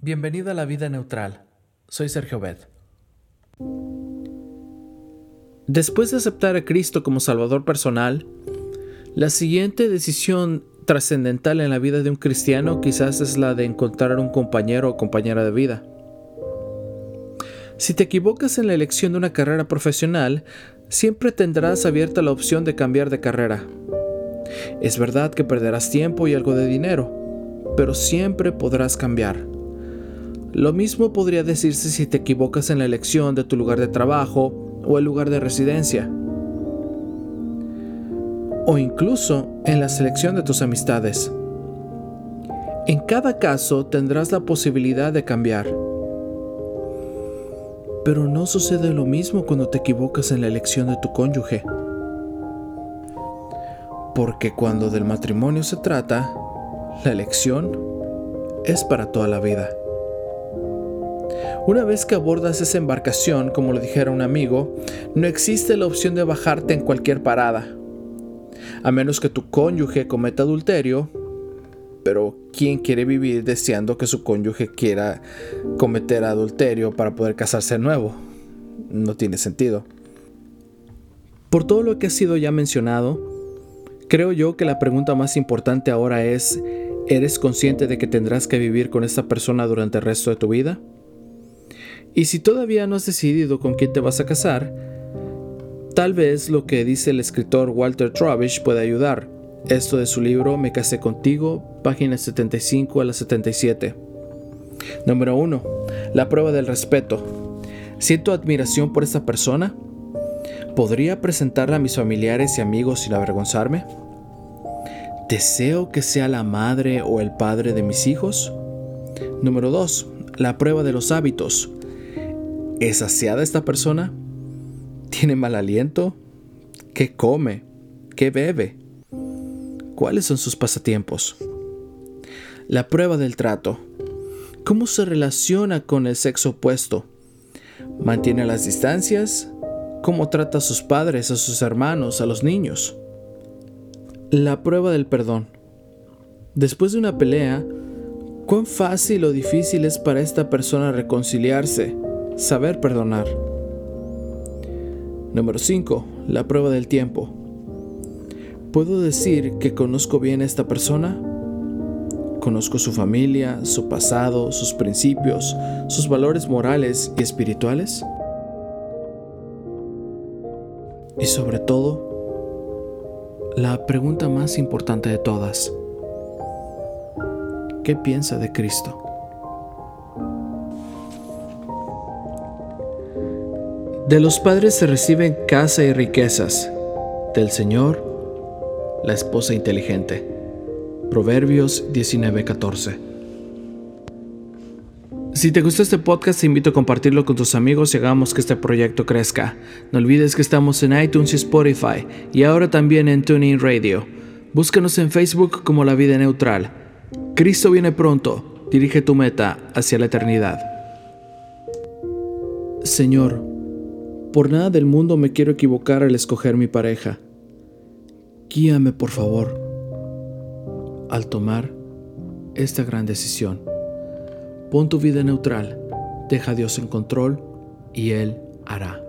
Bienvenido a La Vida Neutral. Soy Sergio Bed. Después de aceptar a Cristo como Salvador personal, la siguiente decisión trascendental en la vida de un cristiano quizás es la de encontrar un compañero o compañera de vida. Si te equivocas en la elección de una carrera profesional, siempre tendrás abierta la opción de cambiar de carrera. Es verdad que perderás tiempo y algo de dinero, pero siempre podrás cambiar. Lo mismo podría decirse si te equivocas en la elección de tu lugar de trabajo o el lugar de residencia, o incluso en la selección de tus amistades. En cada caso tendrás la posibilidad de cambiar. Pero no sucede lo mismo cuando te equivocas en la elección de tu cónyuge. Porque cuando del matrimonio se trata, la elección es para toda la vida. Una vez que abordas esa embarcación, como lo dijera un amigo, no existe la opción de bajarte en cualquier parada. A menos que tu cónyuge cometa adulterio, pero ¿quién quiere vivir deseando que su cónyuge quiera cometer adulterio para poder casarse de nuevo? No tiene sentido. Por todo lo que ha sido ya mencionado, creo yo que la pregunta más importante ahora es: ¿eres consciente de que tendrás que vivir con esta persona durante el resto de tu vida? Y si todavía no has decidido con quién te vas a casar, tal vez lo que dice el escritor Walter Travis puede ayudar. Esto de su libro Me casé contigo, páginas 75 a las 77. Número 1. La prueba del respeto. ¿Siento admiración por esta persona? ¿Podría presentarla a mis familiares y amigos sin avergonzarme? ¿Deseo que sea la madre o el padre de mis hijos? Número 2. La prueba de los hábitos. ¿Es aseada esta persona? ¿Tiene mal aliento? ¿Qué come? ¿Qué bebe? ¿Cuáles son sus pasatiempos? La prueba del trato. ¿Cómo se relaciona con el sexo opuesto? ¿Mantiene las distancias? ¿Cómo trata a sus padres, a sus hermanos, a los niños? La prueba del perdón. Después de una pelea, ¿cuán fácil o difícil es para esta persona reconciliarse, saber perdonar? Número 5. La prueba del tiempo. ¿Puedo decir que conozco bien a esta persona? ¿Conozco su familia, su pasado, sus principios, sus valores morales y espirituales? Y sobre todo, la pregunta más importante de todas: ¿qué piensa de Cristo? De los padres se reciben casa y riquezas, del Señor la esposa inteligente. Proverbios 19:14. Si te gustó este podcast, te invito a compartirlo con tus amigos y hagamos que este proyecto crezca. No olvides que estamos en iTunes y Spotify, y ahora también en TuneIn Radio. Búscanos en Facebook como La Vida Neutral. Cristo viene pronto. Dirige tu meta hacia la eternidad. Señor, por nada del mundo me quiero equivocar al escoger mi pareja. Guíame, por favor, al tomar esta gran decisión. Pon tu vida neutral, deja a Dios en control y Él hará.